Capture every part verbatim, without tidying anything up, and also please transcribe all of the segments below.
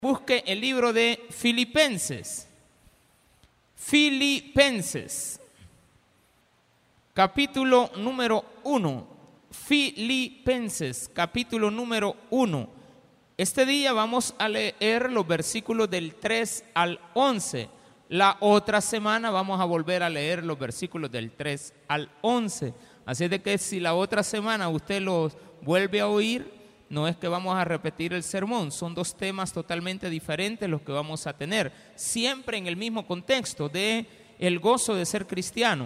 Busque el libro de Filipenses. Filipenses, capítulo número uno. Filipenses, capítulo número uno. Este día vamos a leer los versículos del tres al once. La otra semana vamos a volver a leer los versículos del tres al once. Así de que si la otra semana usted los vuelve a oír, no es que vamos a repetir el sermón, son dos temas totalmente diferentes los que vamos a tener, siempre en el mismo contexto de el gozo de ser cristiano.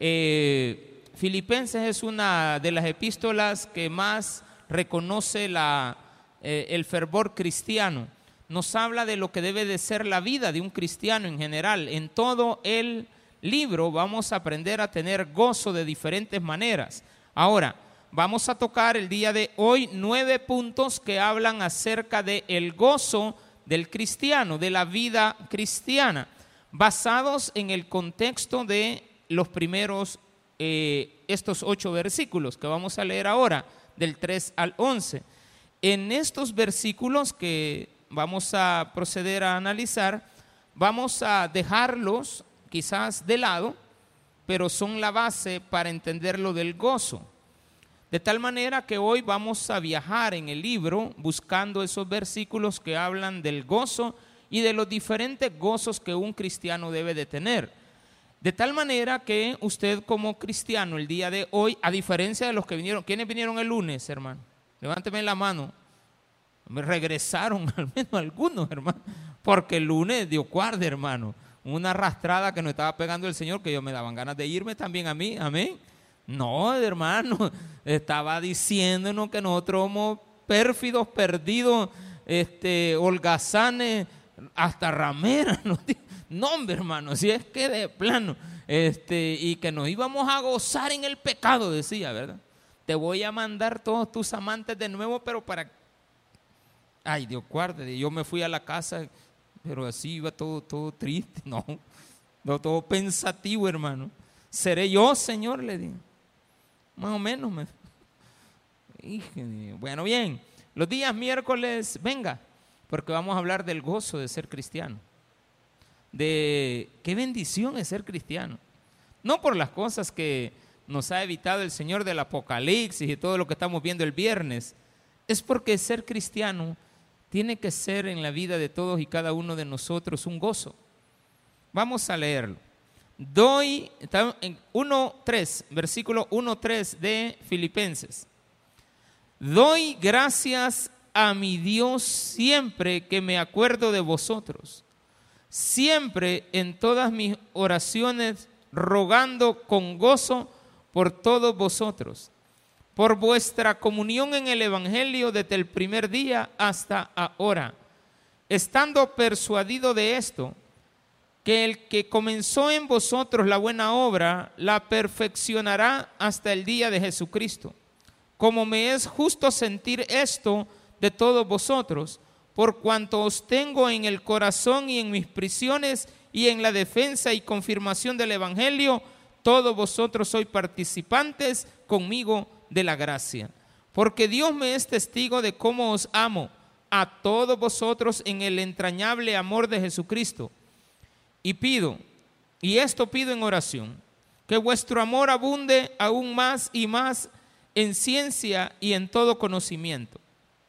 Eh, Filipenses es una de las epístolas que más reconoce la, eh, el fervor cristiano. Nos habla de lo que debe de ser la vida de un cristiano en general. En todo el libro vamos a aprender a tener gozo de diferentes maneras. Ahora, vamos a tocar el día de hoy nueve puntos que hablan acerca del gozo del cristiano, de la vida cristiana, basados en el contexto de los primeros, eh, estos ocho versículos que vamos a leer ahora, del tres al once. En estos versículos que vamos a proceder a analizar, vamos a dejarlos quizás de lado, pero son la base para entender lo del gozo. De tal manera que hoy vamos a viajar en el libro buscando esos versículos que hablan del gozo y de los diferentes gozos que un cristiano debe de tener. De tal manera que usted como cristiano el día de hoy, a diferencia de los que vinieron, ¿quiénes vinieron el lunes, hermano? Levánteme la mano. Me regresaron al menos algunos, hermano, porque el lunes dio guardia, hermano. Una arrastrada que nos estaba pegando el Señor, que yo me daban ganas de irme también a mí, amén. No, hermano, estaba diciéndonos que nosotros somos pérfidos, perdidos, este, holgazanes, hasta rameras. No, no, hombre, hermano, si es que de plano, este, y que nos íbamos a gozar en el pecado, decía, ¿verdad? Te voy a mandar todos tus amantes de nuevo, pero para... Ay, Dios guarde, yo me fui a la casa, pero así iba todo, todo triste, no, no, todo pensativo, hermano. ¿Seré yo, Señor?, le dije. Más o menos. Me... Bueno, bien, los días miércoles, venga, porque vamos a hablar del gozo de ser cristiano. De qué bendición es ser cristiano. No por las cosas que nos ha evitado el Señor del Apocalipsis y todo lo que estamos viendo el viernes. Es porque ser cristiano tiene que ser en la vida de todos y cada uno de nosotros un gozo. Vamos a leerlo. Doy, está en uno tres, versículo uno tres de Filipenses. Doy gracias a mi Dios siempre que me acuerdo de vosotros, siempre en todas mis oraciones rogando con gozo por todos vosotros, por vuestra comunión en el Evangelio desde el primer día hasta ahora, estando persuadido de esto, que el que comenzó en vosotros la buena obra, la perfeccionará hasta el día de Jesucristo. Como me es justo sentir esto de todos vosotros, por cuanto os tengo en el corazón y en mis prisiones y en la defensa y confirmación del Evangelio, todos vosotros sois participantes conmigo de la gracia. Porque Dios me es testigo de cómo os amo a todos vosotros en el entrañable amor de Jesucristo. Y pido, y esto pido en oración, que vuestro amor abunde aún más y más en ciencia y en todo conocimiento,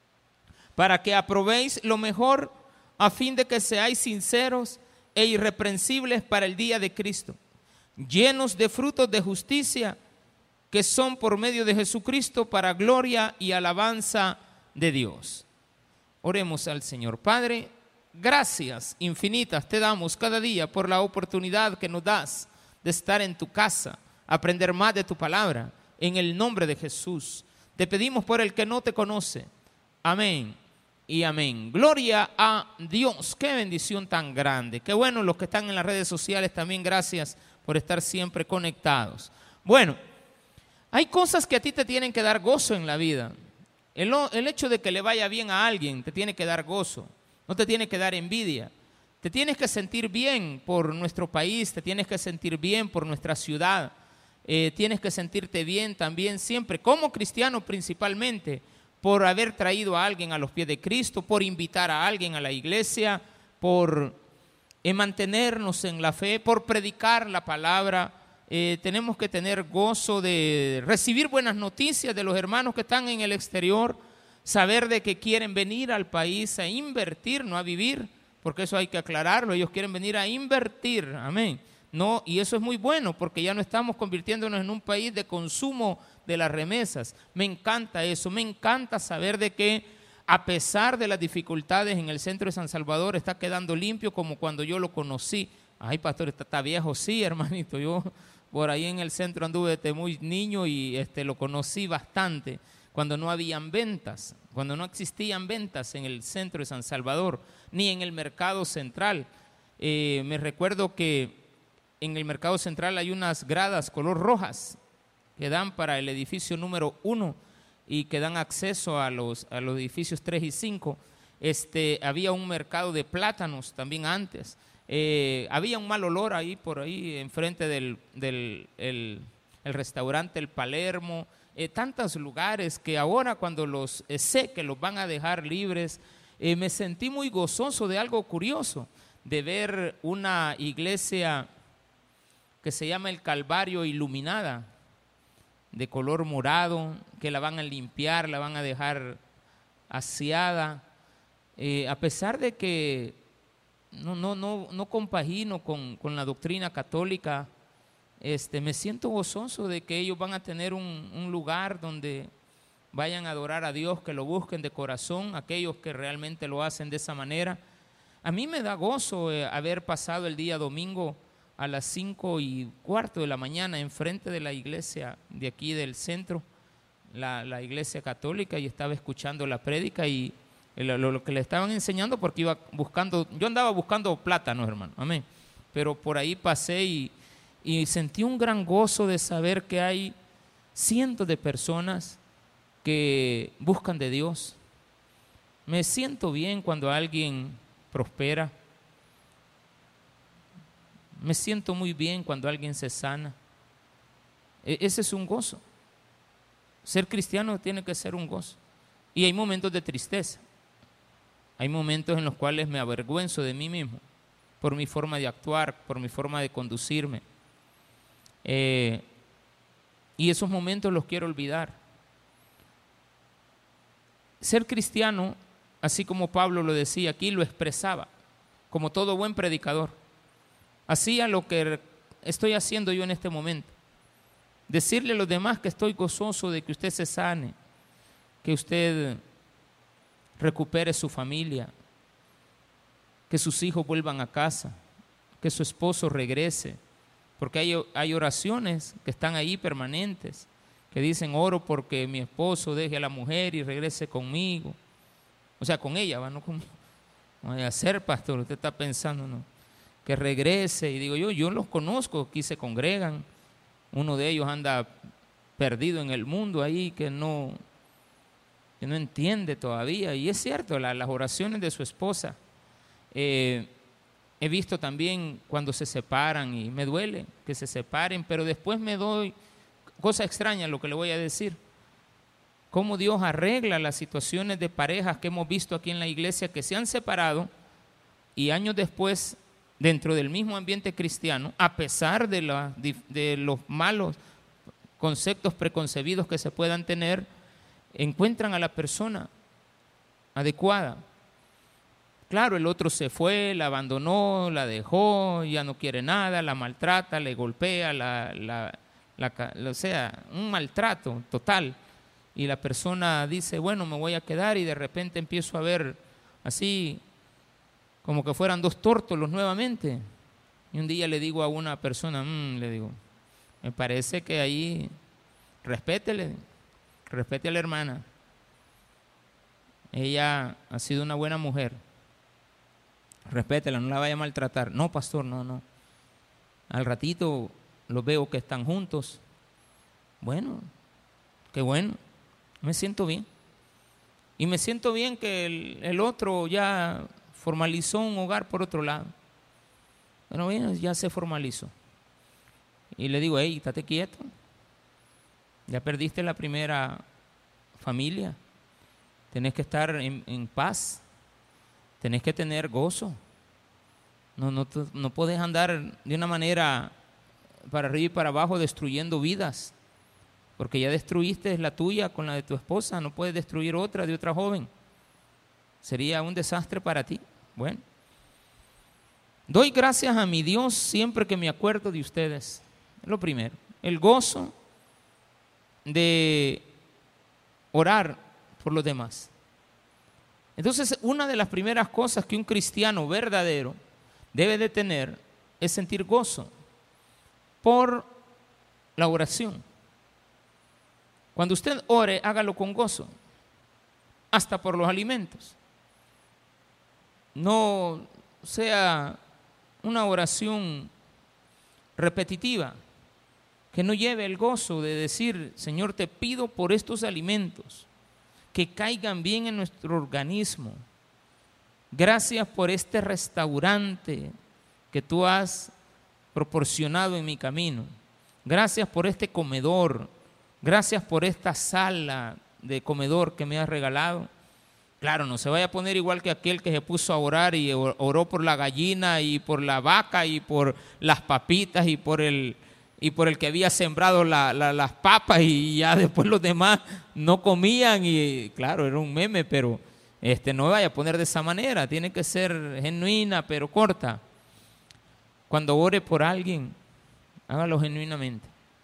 para que aprobéis lo mejor a fin de que seáis sinceros e irreprensibles para el día de Cristo, llenos de frutos de justicia que son por medio de Jesucristo para gloria y alabanza de Dios. Oremos al Señor. Padre, gracias infinitas te damos cada día por la oportunidad que nos das de estar en tu casa, aprender más de tu palabra, en el nombre de Jesús. Te pedimos por el que no te conoce. Amén y amén. Gloria a Dios. Qué bendición tan grande. Qué bueno los que están en las redes sociales también, gracias por estar siempre conectados. Bueno, hay cosas que a ti te tienen que dar gozo en la vida. El, el hecho de que le vaya bien a alguien te tiene que dar gozo. No te tiene que dar envidia. Te tienes que sentir bien por nuestro país, te tienes que sentir bien por nuestra ciudad. Eh, tienes que sentirte bien también siempre, como cristiano principalmente, por haber traído a alguien a los pies de Cristo, por invitar a alguien a la iglesia, por eh, mantenernos en la fe, por predicar la palabra. Eh, tenemos que tener gozo de recibir buenas noticias de los hermanos que están en el exterior, saber de que quieren venir al país a invertir, no a vivir, porque eso hay que aclararlo. Ellos quieren venir a invertir, amén. No, y eso es muy bueno, porque ya no estamos convirtiéndonos en un país de consumo de las remesas. Me encanta eso, me encanta saber de que a pesar de las dificultades en el centro de San Salvador, está quedando limpio como cuando yo lo conocí. Ay, pastor, está, está viejo, sí, hermanito. Yo por ahí en el centro anduve desde muy niño y este, lo conocí bastante, cuando no habían ventas, cuando no existían ventas en el centro de San Salvador, ni en el mercado central. Eh, me recuerdo que en el mercado central hay unas gradas color rojas que dan para el edificio número uno y que dan acceso a los, a los edificios tres y cinco. Este, había un mercado de plátanos también antes. Eh, había un mal olor ahí por ahí enfrente del, del el, el restaurante El Palermo. Eh, tantos lugares que ahora cuando los eh, sé que los van a dejar libres, eh, me sentí muy gozoso de algo curioso, de ver una iglesia que se llama El Calvario iluminada, de color morado, que la van a limpiar, la van a dejar aseada, eh, a pesar de que no, no, no, no compagino con, con la doctrina católica. Este, me siento gozoso de que ellos van a tener un, un lugar donde vayan a adorar a Dios, que lo busquen de corazón, aquellos que realmente lo hacen de esa manera. A mí me da gozo eh, haber pasado el día domingo a las cinco y cuarto de la mañana enfrente de la iglesia de aquí del centro, la, la iglesia católica, y estaba escuchando la prédica y lo, lo que le estaban enseñando, porque iba buscando, yo andaba buscando plátanos, hermano, amén, pero por ahí pasé y, y sentí un gran gozo de saber que hay cientos de personas que buscan de Dios. Me siento bien cuando alguien prospera. Me siento muy bien cuando alguien se sana. E- ese es un gozo. Ser cristiano tiene que ser un gozo. Y hay momentos de tristeza. Hay momentos en los cuales me avergüenzo de mí mismo por mi forma de actuar, por mi forma de conducirme. Eh, y esos momentos los quiero olvidar. Ser cristiano, así como Pablo lo decía aquí, lo expresaba como todo buen predicador. Hacía lo que estoy haciendo yo en este momento. Decirle a los demás que estoy gozoso de que usted se sane, que usted recupere su familia, que sus hijos vuelvan a casa, que su esposo regrese, porque hay, hay oraciones que están ahí permanentes, que dicen: oro porque mi esposo deje a la mujer y regrese conmigo, o sea, con ella, ¿va? No como vaya a ser, pastor, usted está pensando, no, que regrese. Y digo yo, yo los conozco, aquí se congregan, uno de ellos anda perdido en el mundo ahí, que no, que no entiende todavía, y es cierto, la, las oraciones de su esposa. Eh, he visto también cuando se separan y me duele que se separen, pero después me doy, cosa extraña lo que le voy a decir, cómo Dios arregla las situaciones de parejas que hemos visto aquí en la iglesia que se han separado y años después, dentro del mismo ambiente cristiano, a pesar de, la, de los malos conceptos preconcebidos que se puedan tener, encuentran a la persona adecuada. Claro, el otro se fue, la abandonó, la dejó, ya no quiere nada, la maltrata, le golpea, la, la, la, o sea, un maltrato total. Y la persona dice: bueno, me voy a quedar, y de repente empiezo a ver así como que fueran dos tórtolos nuevamente. Y un día le digo a una persona, mmm, le digo, me parece que ahí, respétele, respete a la hermana. Ella ha sido una buena mujer. Respétela, no la vaya a maltratar. No, pastor, no, no. Al ratito los veo que están juntos. Bueno, qué bueno. Me siento bien. Y me siento bien que el, el otro ya formalizó un hogar por otro lado. Bueno, bien, ya se formalizó. Y le digo: hey, estate quieto. Ya perdiste la primera familia. tenés que estar en, en paz, tenés que tener gozo. No, no, no podés andar de una manera para arriba y para abajo destruyendo vidas, porque ya destruiste la tuya con la de tu esposa, no puedes destruir otra de otra joven. Sería un desastre para ti. Bueno, doy gracias a mi Dios siempre que me acuerdo de ustedes. Es lo primero, el gozo de orar por los demás. Entonces, una de las primeras cosas que un cristiano verdadero debe de tener es sentir gozo por la oración. Cuando usted ore, hágalo con gozo, hasta por los alimentos. No sea una oración repetitiva, que no lleve el gozo de decir: Señor, te pido por estos alimentos, que caigan bien en nuestro organismo. Gracias por este restaurante que tú has proporcionado en mi camino. Gracias por este comedor. Gracias por esta sala de comedor que me has regalado. Claro, no se vaya a poner igual que aquel que se puso a orar y oró por la gallina y por la vaca y por las papitas y por el, y por el que había sembrado la, la, las papas, y ya después los demás no comían. Y claro, era un meme, pero este, no vaya a poner de esa manera. Tiene que ser genuina, pero corta. Cuando ore por alguien, hágalo genuinamente.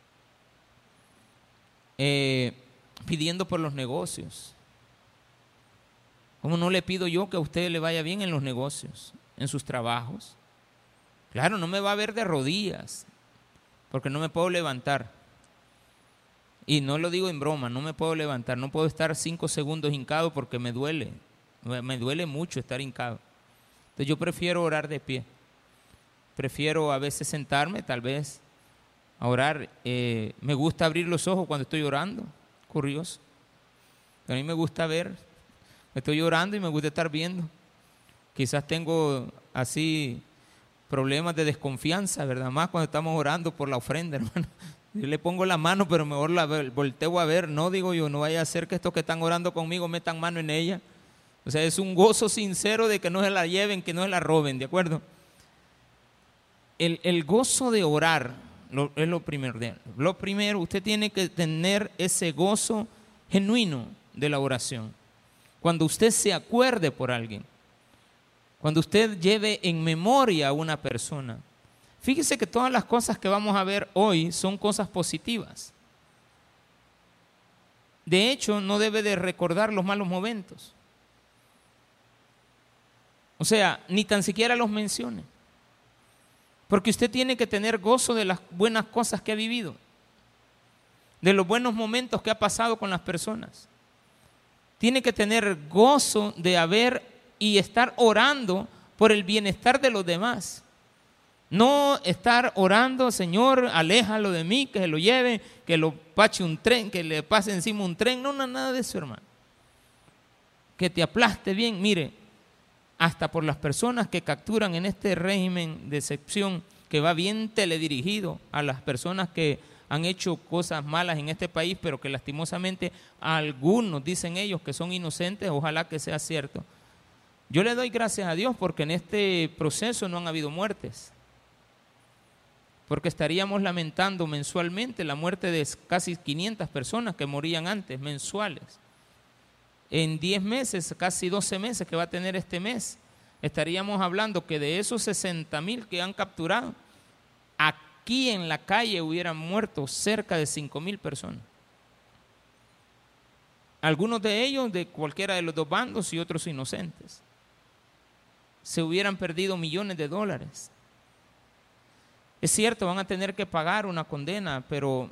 Eh, pidiendo por los negocios. ¿Cómo no le pido yo que a usted le vaya bien en los negocios, en sus trabajos? Claro, no me va a ver de rodillas, porque no me puedo levantar. Y no lo digo en broma, no me puedo levantar, no puedo estar cinco segundos hincado porque me duele, me duele mucho estar hincado. Entonces yo prefiero orar de pie. Prefiero a veces sentarme, tal vez, a orar. Eh, me gusta abrir los ojos cuando estoy orando, curioso. A mí me gusta ver, estoy orando y me gusta estar viendo. Quizás tengo así problemas de desconfianza, ¿verdad? Más cuando estamos orando por la ofrenda, hermano. Yo le pongo la mano, pero mejor la volteo a ver. No, digo yo, no vaya a ser que estos que están orando conmigo metan mano en ella. O sea, es un gozo sincero de que no se la lleven, que no se la roben, ¿de acuerdo? El, el gozo de orar lo, es lo primero. Lo primero, usted tiene que tener ese gozo genuino de la oración. Cuando usted se acuerde por alguien, cuando usted lleve en memoria a una persona. Fíjese que todas las cosas que vamos a ver hoy son cosas positivas. De hecho, no debe de recordar los malos momentos. O sea, ni tan siquiera los mencione. Porque usted tiene que tener gozo de las buenas cosas que ha vivido, de los buenos momentos que ha pasado con las personas. Tiene que tener gozo de haber y estar orando por el bienestar de los demás. No estar orando: Señor, aléjalo de mí, que se lo lleve, que lo pache un tren, que le pase encima un tren. No, no, nada de eso, hermano. Que te aplaste bien. Mire, hasta por las personas que capturan en este régimen de excepción, que va bien teledirigido a las personas que han hecho cosas malas en este país, pero que lastimosamente algunos dicen ellos que son inocentes. Ojalá que sea cierto. Yo le doy gracias a Dios porque en este proceso no han habido muertes, porque estaríamos lamentando mensualmente la muerte de casi quinientas personas que morían antes, mensuales. En diez meses, casi doce meses que va a tener este mes, estaríamos hablando que de esos sesenta mil que han capturado, aquí en la calle hubieran muerto cerca de cinco mil personas. Algunos de ellos de cualquiera de los dos bandos y otros inocentes. Se hubieran perdido millones de dólares. Es cierto, van a tener que pagar una condena, pero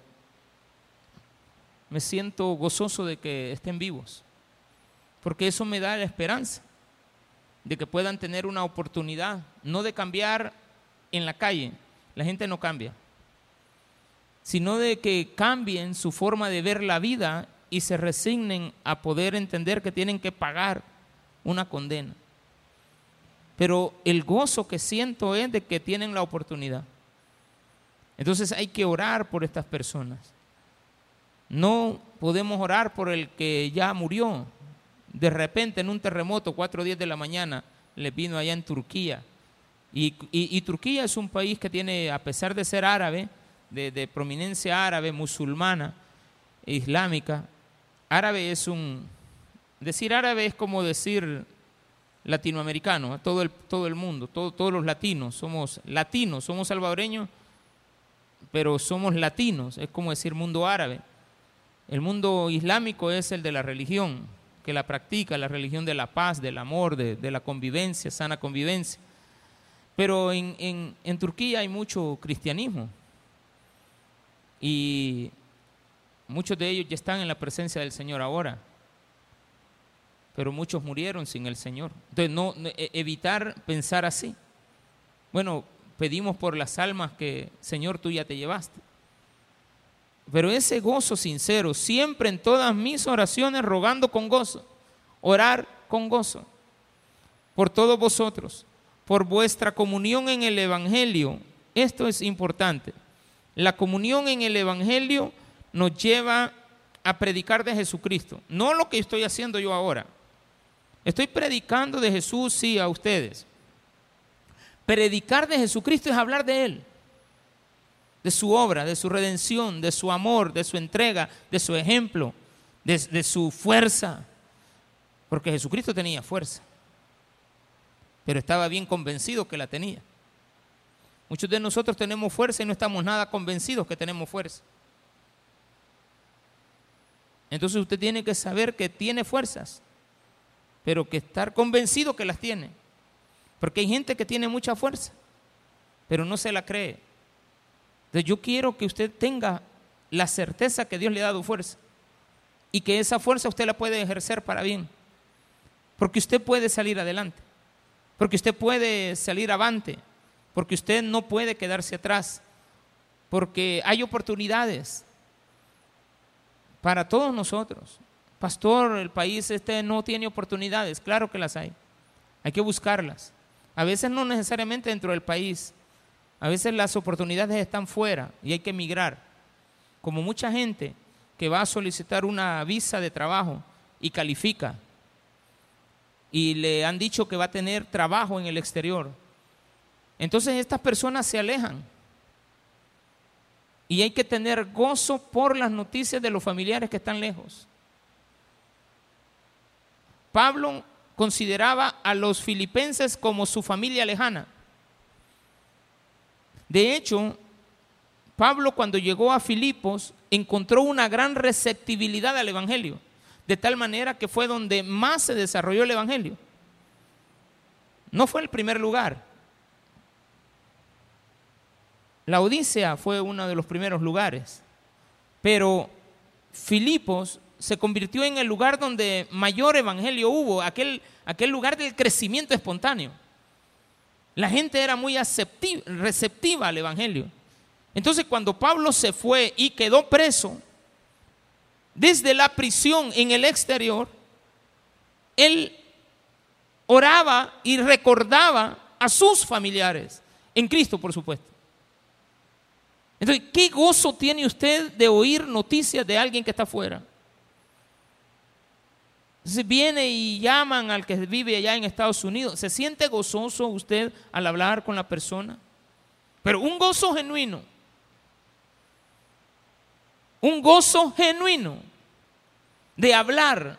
me siento gozoso de que estén vivos, porque eso me da la esperanza de que puedan tener una oportunidad, no de cambiar en la calle, la gente no cambia, sino de que cambien su forma de ver la vida y se resignen a poder entender que tienen que pagar una condena. Pero el gozo que siento es de que tienen la oportunidad. Entonces hay que orar por estas personas. No podemos orar por el que ya murió. de repente en un terremoto, cuatro o diez de la mañana, les vino allá en Turquía. Y, y, y Turquía es un país que tiene, a pesar de ser árabe, de, de prominencia árabe, musulmana, islámica, árabe es un, decir árabe es como decir latinoamericano, todo el, todo el mundo, todo, todos los latinos, somos latinos, somos salvadoreños, pero somos latinos, es como decir mundo árabe. El mundo islámico es el de la religión, que la practica, la religión de la paz, del amor, de, de la convivencia, sana convivencia. Pero en, en, en Turquía hay mucho cristianismo y muchos de ellos ya están en la presencia del Señor ahora, pero muchos murieron sin el Señor. Entonces, no, evitar pensar así. Bueno, pedimos por las almas que, Señor, tú ya te llevaste. Pero ese gozo sincero, siempre en todas mis oraciones rogando con gozo, orar con gozo por todos vosotros, por vuestra comunión en el Evangelio. Esto es importante. La comunión en el Evangelio nos lleva a predicar de Jesucristo, no lo que estoy haciendo yo ahora. Estoy predicando de Jesús, sí, a ustedes. Predicar de Jesucristo es hablar de Él, de su obra, de su redención, de su amor, de su entrega, de su ejemplo, de, de su fuerza. Porque Jesucristo tenía fuerza, pero estaba bien convencido que la tenía. Muchos de nosotros tenemos fuerza y no estamos nada convencidos que tenemos fuerza. Entonces usted tiene que saber que tiene fuerzas, pero que estar convencido que las tiene. Porque hay gente que tiene mucha fuerza, pero no se la cree. Entonces yo quiero que usted tenga la certeza que Dios le ha dado fuerza y que esa fuerza usted la puede ejercer para bien. Porque usted puede salir adelante, porque usted puede salir avante, porque usted no puede quedarse atrás, porque hay oportunidades para todos nosotros. Pastor, el país este no tiene oportunidades. Claro que las hay, hay que buscarlas. A veces no necesariamente dentro del país, a veces las oportunidades están fuera y hay que emigrar. Como mucha gente que va a solicitar una visa de trabajo y califica y le han dicho que va a tener trabajo en el exterior. Entonces estas personas se alejan y hay que tener gozo por las noticias de los familiares que están lejos. Pablo consideraba a los filipenses como su familia lejana. De hecho, Pablo cuando llegó a Filipos encontró una gran receptibilidad al Evangelio, de tal manera que fue donde más se desarrolló el Evangelio. No fue el primer lugar. La Odisea fue uno de los primeros lugares, pero Filipos se convirtió en el lugar donde mayor evangelio hubo, aquel, aquel lugar del crecimiento espontáneo. La gente era muy receptiva al evangelio. Entonces cuando Pablo se fue y quedó preso, desde la prisión en el exterior, él oraba y recordaba a sus familiares, en Cristo por supuesto. Entonces, ¿qué gozo tiene usted de oír noticias de alguien que está afuera? Entonces viene y llaman al que vive allá en Estados Unidos. ¿Se siente gozoso usted al hablar con la persona? Pero un gozo genuino. Un gozo genuino de hablar,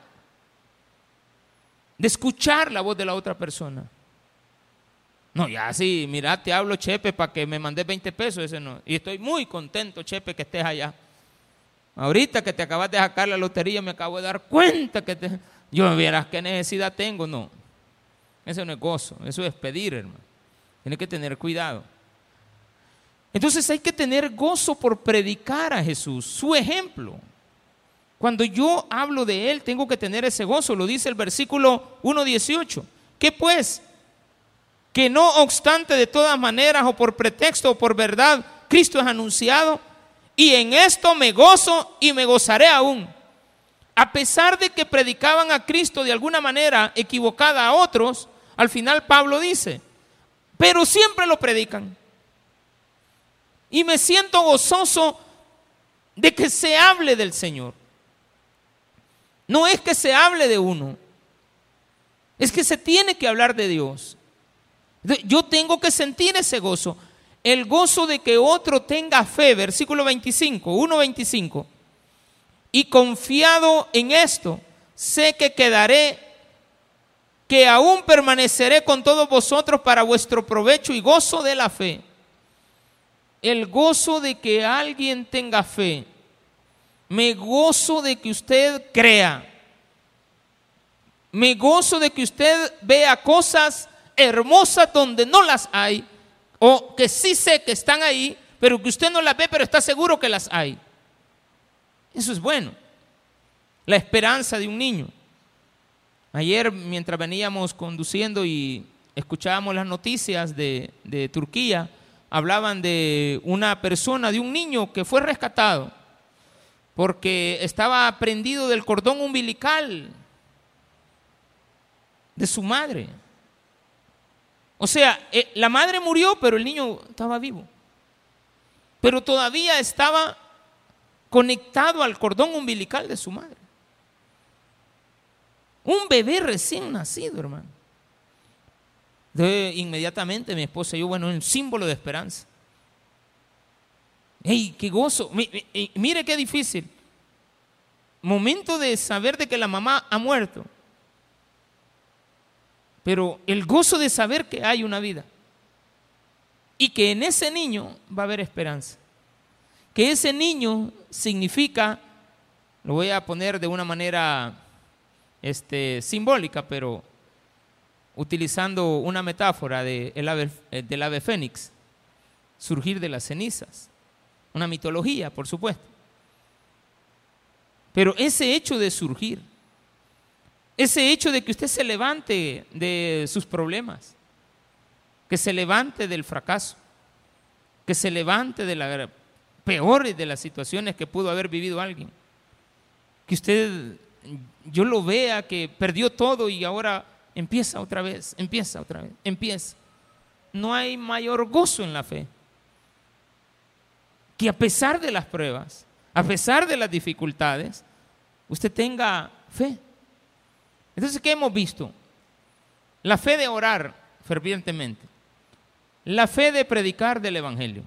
de escuchar la voz de la otra persona. No, ya sí, mira, te hablo, Chepe, para que me mandes veinte pesos, ese no. Y estoy muy contento, Chepe, que estés allá. Ahorita que te acabas de sacar la lotería, me acabo de dar cuenta que te... Yo me vieras qué necesidad tengo. No, eso no es gozo, eso es pedir, hermano. Tiene que tener cuidado. Entonces hay que tener gozo por predicar a Jesús, su ejemplo. Cuando yo hablo de Él, tengo que tener ese gozo. Lo dice el versículo uno dieciocho. ¿Qué pues? Que no obstante de todas maneras o por pretexto o por verdad, Cristo es anunciado, y en esto me gozo y me gozaré aún. A pesar de que predicaban a Cristo de alguna manera equivocada a otros, al final Pablo dice, pero siempre lo predican. Y me siento gozoso de que se hable del Señor. No es que se hable de uno, Es que se tiene que hablar de Dios. Yo tengo que sentir ese gozo. El gozo de que otro tenga fe, versículo veinticinco, uno veinticinco. Y confiado en esto, sé que quedaré, que aún permaneceré con todos vosotros para vuestro provecho y gozo de la fe. El gozo de que alguien tenga fe. Me gozo de que usted crea. Me gozo de que usted vea cosas hermosas donde no las hay, o que sí sé que están ahí, pero que usted no las ve, pero está seguro que las hay. Eso es bueno. La esperanza de un niño. Ayer, mientras veníamos conduciendo y escuchábamos las noticias de, de Turquía, hablaban de una persona, de un niño que fue rescatado porque estaba prendido del cordón umbilical de su madre. O sea, eh, la madre murió, pero el niño estaba vivo. Pero todavía estaba conectado al cordón umbilical de su madre. Un bebé recién nacido, hermano. De, inmediatamente mi esposa y yo, bueno, un símbolo de esperanza. ¡Ey, qué gozo! Mire qué difícil. Momento de saber de que la mamá ha muerto. Pero el gozo de saber que hay una vida. Y que en ese niño va a haber esperanza. Que ese niño significa, lo voy a poner de una manera este, simbólica, pero utilizando una metáfora de el ave, del ave fénix, surgir de las cenizas. Una mitología, por supuesto. Pero ese hecho de surgir, ese hecho de que usted se levante de sus problemas, que se levante del fracaso, que se levante de las peores de las situaciones que pudo haber vivido alguien, que usted, yo lo vea que perdió todo y ahora empieza otra vez, empieza otra vez, empieza. No hay mayor gozo en la fe que a pesar de las pruebas, a pesar de las dificultades, usted tenga fe. Entonces, ¿qué hemos visto? La fe de orar fervientemente, la fe de predicar del Evangelio,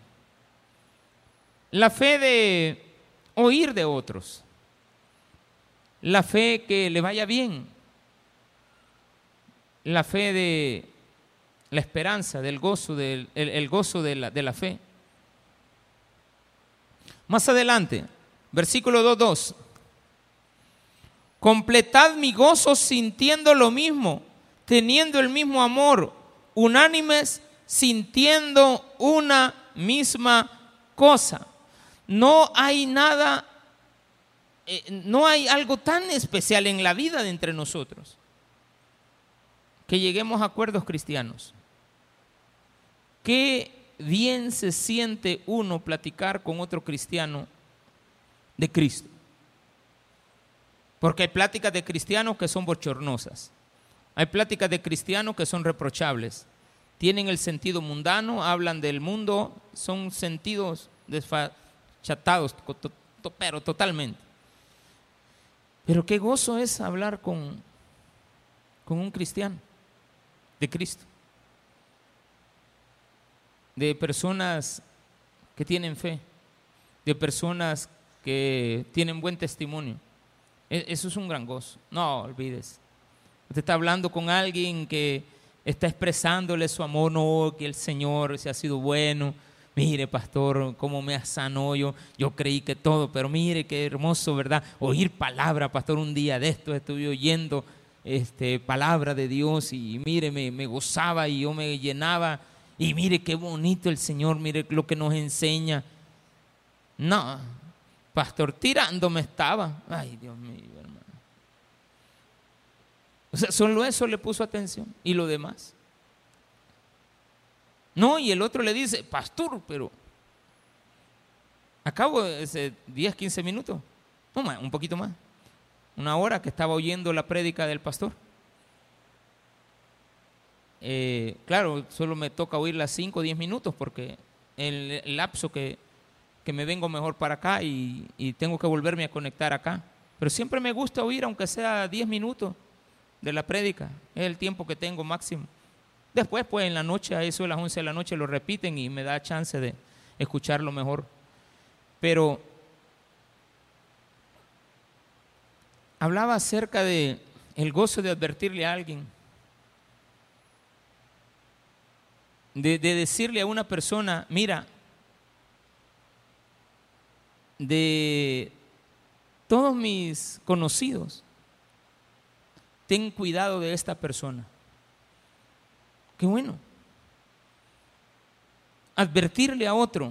la fe de oír de otros, la fe que le vaya bien, la fe de la esperanza, del gozo, del, el, el gozo de la, de la fe. Más adelante, versículo dos dos. Completad mi gozo sintiendo lo mismo, teniendo el mismo amor, unánimes, sintiendo una misma cosa. No hay nada, eh, no hay algo tan especial en la vida de entre nosotros que lleguemos a acuerdos cristianos. Qué bien se siente uno platicar con otro cristiano de Cristo. Porque hay pláticas de cristianos que son bochornosas. Hay pláticas de cristianos que son reprochables. Tienen el sentido mundano, hablan del mundo, son sentidos desfachatados, pero totalmente. Pero qué gozo es hablar con, con un cristiano de Cristo. De personas que tienen fe, de personas que tienen buen testimonio. Eso es un gran gozo. No olvides. Usted está hablando con alguien que está expresándole su amor, no, que el Señor se ha sido bueno. Mire, pastor, cómo me sanó yo. Yo creí que todo, pero mire qué hermoso, ¿verdad? Oír palabra, pastor, un día de esto estuve oyendo este, palabra de Dios y mire, me, me gozaba y yo me llenaba. Y mire qué bonito el Señor, mire lo que nos enseña. No, pastor, tirándome estaba. Ay, Dios mío, hermano. O sea, solo eso le puso atención. ¿Y lo demás? No, y el otro le dice, pastor, pero acabo de diez, quince minutos. No más, un poquito más. Una hora que estaba oyendo la prédica del pastor. Eh, claro, solo me toca oírla cinco o diez minutos porque el, el lapso que, que me vengo mejor para acá y, y tengo que volverme a conectar acá. Pero siempre me gusta oír, aunque sea diez minutos, de la prédica, es el tiempo que tengo máximo. Después, pues en la noche, a eso de las once de la noche lo repiten y me da chance de escucharlo mejor. Pero hablaba acerca de el gozo de advertirle a alguien, de, de decirle a una persona, mira, de todos mis conocidos, ten cuidado de esta persona. Qué bueno. Advertirle a otro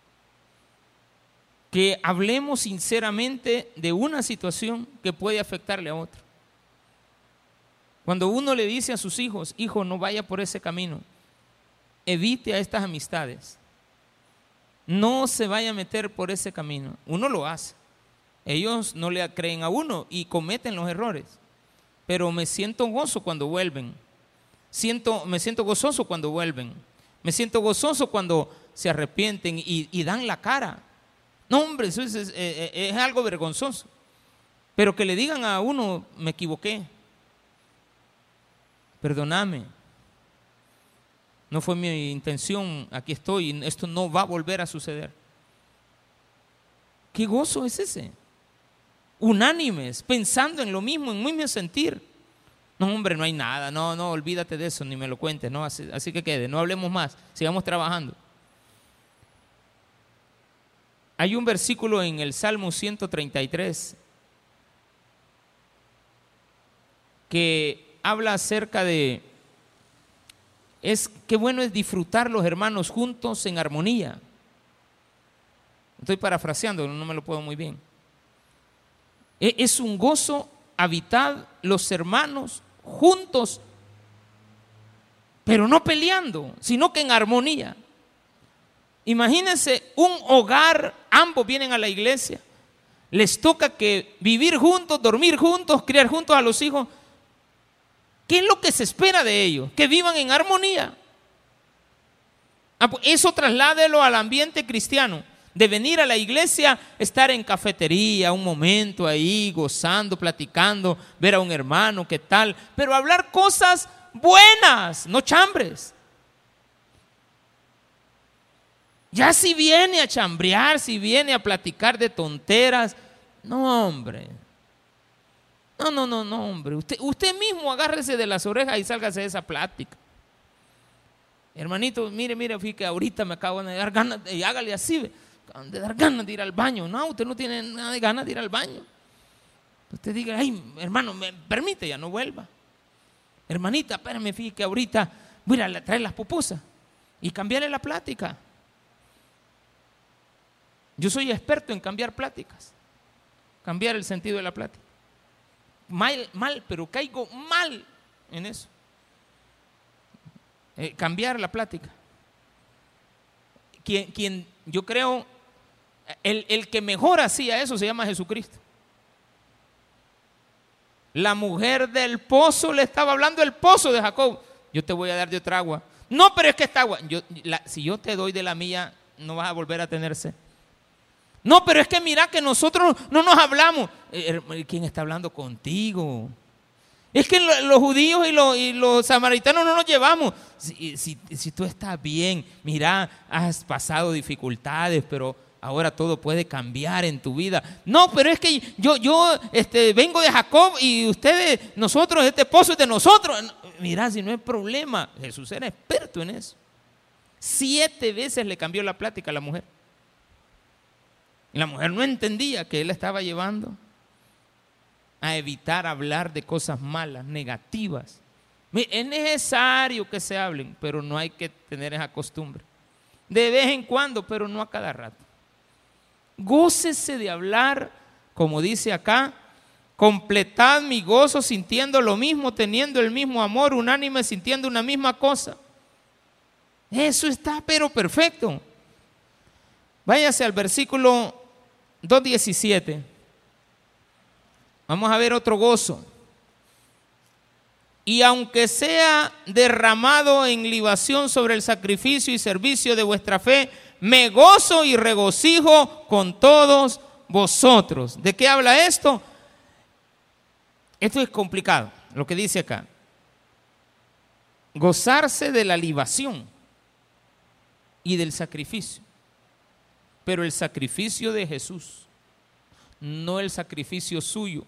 que hablemos sinceramente de una situación que puede afectarle a otro. Cuando uno le dice a sus hijos, hijo, no vaya por ese camino, evite a estas amistades, no se vaya a meter por ese camino, uno lo hace. Ellos no le creen a uno y cometen los errores, pero me siento gozo cuando vuelven, siento, me siento gozoso cuando vuelven, me siento gozoso cuando se arrepienten y, y dan la cara. No, hombre, eso es, es, es, es algo vergonzoso, pero que le digan a uno, me equivoqué, perdóname, no fue mi intención, aquí estoy, esto no va a volver a suceder. ¿Qué gozo es ese? Unánimes, pensando en lo mismo, en el mismo sentir. No, hombre, no hay nada, no, no, olvídate de eso, ni me lo cuentes, no, así, así que quede, no hablemos más, sigamos trabajando. Hay un versículo en el Salmo ciento treinta y tres que habla acerca de, es qué bueno es disfrutar los hermanos juntos en armonía. Estoy parafraseando, no me lo puedo muy bien. Es un gozo habitar los hermanos juntos, pero no peleando, sino que en armonía. Imagínense un hogar, ambos vienen a la iglesia, les toca que vivir juntos, dormir juntos, criar juntos a los hijos. ¿Qué es lo que se espera de ellos? Que vivan en armonía. Eso trasládelo al ambiente cristiano, de venir a la iglesia, estar en cafetería, un momento ahí, gozando, platicando, ver a un hermano, qué tal, pero hablar cosas buenas, no chambres. Ya si viene a chambrear, si viene a platicar de tonteras, no, hombre. No, no, no, no, hombre. Usted, usted mismo agárrese de las orejas y sálgase de esa plática. Hermanito, mire, mire, fíjate que ahorita me acabo de dar ganas, y hágale así, me acaban de dar ganas de ir al baño. No, usted no tiene nada de ganas de ir al baño. Usted diga, ay, hermano, me permite, ya no vuelva. Hermanita, espérame, fíjate que ahorita voy a ir a traer las pupusas y cambiarle la plática. Yo soy experto en cambiar pláticas, cambiar el sentido de la plática. Mal, mal, pero caigo mal en eso. Eh, cambiar la plática. Quien, quien yo creo, el, el que mejor hacía eso se llama Jesucristo. La mujer del pozo le estaba hablando del pozo de Jacob. Yo te voy a dar de otra agua. No, pero es que esta agua, yo, la, si yo te doy de la mía, no vas a volver a tener sed. No, pero es que mira que nosotros no nos hablamos. ¿Quién está hablando contigo? Es que los judíos y los, y los samaritanos no nos llevamos. Si, si, si tú estás bien, mira, has pasado dificultades, pero ahora todo puede cambiar en tu vida. No, pero es que yo, yo este, vengo de Jacob y ustedes, nosotros, este pozo es de nosotros. Mira, si no hay problema. Jesús era experto en eso. Siete veces le cambió la plática a la mujer. Y la mujer no entendía que él la estaba llevando a evitar hablar de cosas malas, negativas. Es necesario que se hablen, pero no hay que tener esa costumbre. De vez en cuando, pero no a cada rato. Gócese de hablar, como dice acá, completad mi gozo sintiendo lo mismo, teniendo el mismo amor, unánime, sintiendo una misma cosa. Eso está pero perfecto. Váyase al versículo dos diecisiete. Vamos a ver otro gozo. Y aunque sea derramado en libación sobre el sacrificio y servicio de vuestra fe, me gozo y regocijo con todos vosotros. ¿De qué habla esto? Esto es complicado. lo que dice acá. Gozarse de la libación y del sacrificio. Pero el sacrificio de Jesús, no el sacrificio suyo.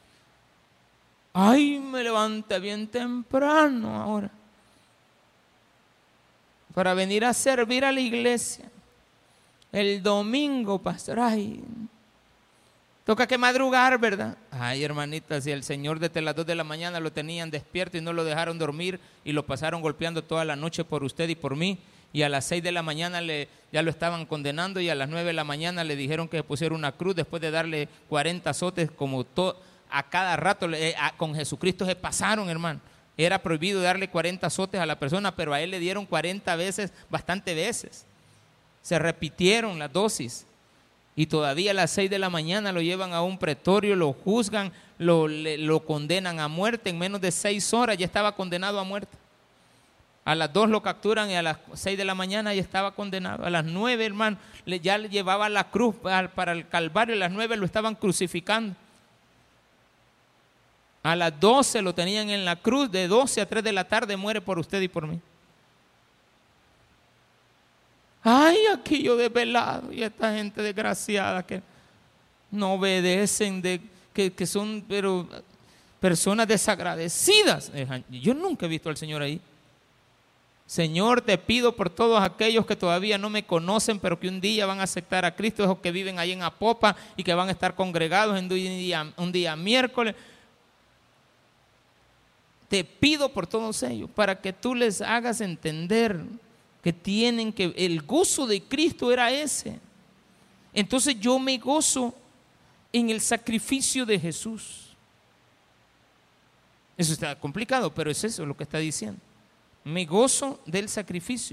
Ay, me levanté bien temprano ahora para venir a servir a la iglesia. El domingo, pastor, ay, toca que madrugar, ¿verdad? Ay, hermanita, si el Señor desde las dos de la mañana lo tenían despierto y no lo dejaron dormir y lo pasaron golpeando toda la noche por usted y por mí, y a las seis de la mañana le, ya lo estaban condenando, y a las nueve de la mañana le dijeron que pusiera una cruz después de darle cuarenta azotes como to, a cada rato, eh, a, con Jesucristo se pasaron, hermano. Era prohibido darle cuarenta azotes a la persona, pero a él le dieron cuarenta veces, bastante veces. Se repitieron las dosis. Y todavía a las seis de la mañana lo llevan a un pretorio, lo juzgan, lo, le, lo condenan a muerte. En menos de seis horas ya estaba condenado a muerte. A las dos lo capturan y a las seis de la mañana ya estaba condenado. A las nueve, hermano, le, ya le llevaba la cruz para, para el Calvario. A las nueve lo estaban crucificando. A las doce lo tenían en la cruz. De doce a tres de la tarde muere por usted y por mí. Ay, aquí yo desvelado, y esta gente desgraciada que no obedecen, de, que, que son pero personas desagradecidas. Yo nunca he visto al Señor ahí. Señor, te pido por todos aquellos que todavía no me conocen, pero que un día van a aceptar a Cristo, esos que viven ahí en Apopa y que van a estar congregados en un día, un día miércoles. Te pido por todos ellos, para que tú les hagas entender que tienen que, el gozo de Cristo era ese. Entonces yo me gozo en el sacrificio de Jesús. Eso está complicado, pero es eso lo que está diciendo. Me gozo del sacrificio.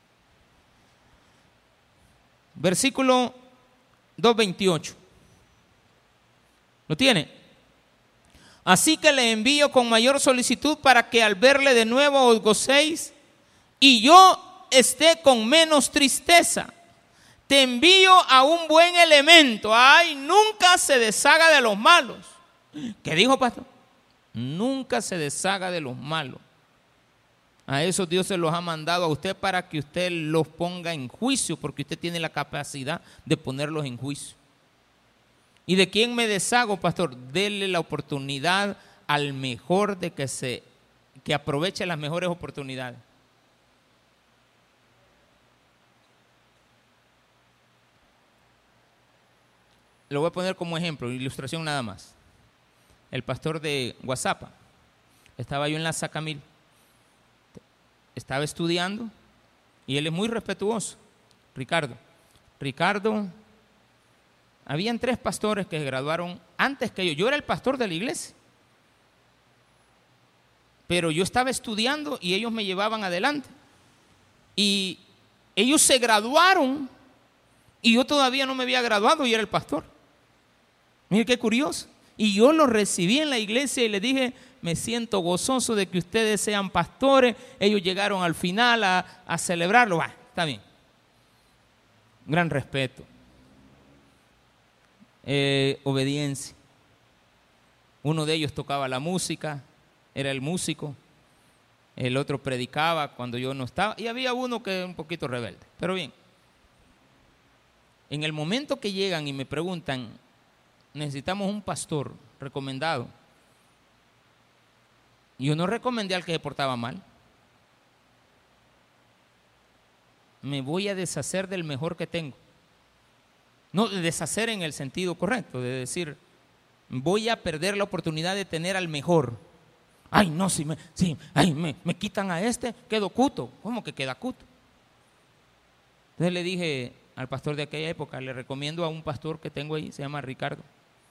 Versículo dos veintiocho. ¿Lo tiene? Así que le envío con mayor solicitud para que al verle de nuevo os gocéis y yo esté con menos tristeza. Te envío a un buen elemento. Ay, nunca se deshaga de los malos. ¿Qué dijo, pastor? Nunca se deshaga de los malos. A esos Dios se los ha mandado a usted para que usted los ponga en juicio, porque usted tiene la capacidad de ponerlos en juicio. ¿Y de quién me deshago, pastor? Dele la oportunidad al mejor de que se que aproveche las mejores oportunidades. Lo voy a poner como ejemplo, ilustración nada más. El pastor de Guasapa, estaba yo en la Sacamil, estaba estudiando y él es muy respetuoso, Ricardo. Ricardo, habían tres pastores que se graduaron antes que yo. Yo era el pastor de la iglesia, pero yo estaba estudiando y ellos me llevaban adelante. Y ellos se graduaron y yo todavía no me había graduado y era el pastor. Mire qué curioso. Y yo los recibí en la iglesia y les dije, me siento gozoso de que ustedes sean pastores. Ellos llegaron al final a, a celebrarlo. Bah, está bien. Gran respeto. Eh, obediencia. Uno de ellos tocaba la música, era el músico. El otro predicaba cuando yo no estaba. Y había uno que era un poquito rebelde. Pero bien. En el momento que llegan y me preguntan, necesitamos un pastor recomendado. Yo no recomendé al que se portaba mal. Me voy a deshacer del mejor que tengo. No, de deshacer en el sentido correcto, de decir, voy a perder la oportunidad de tener al mejor. Ay, no, si me, si, ay, me, me quitan a este, quedo cuto. ¿Cómo que queda cuto? Entonces le dije al pastor de aquella época, le recomiendo a un pastor que tengo ahí, se llama Ricardo.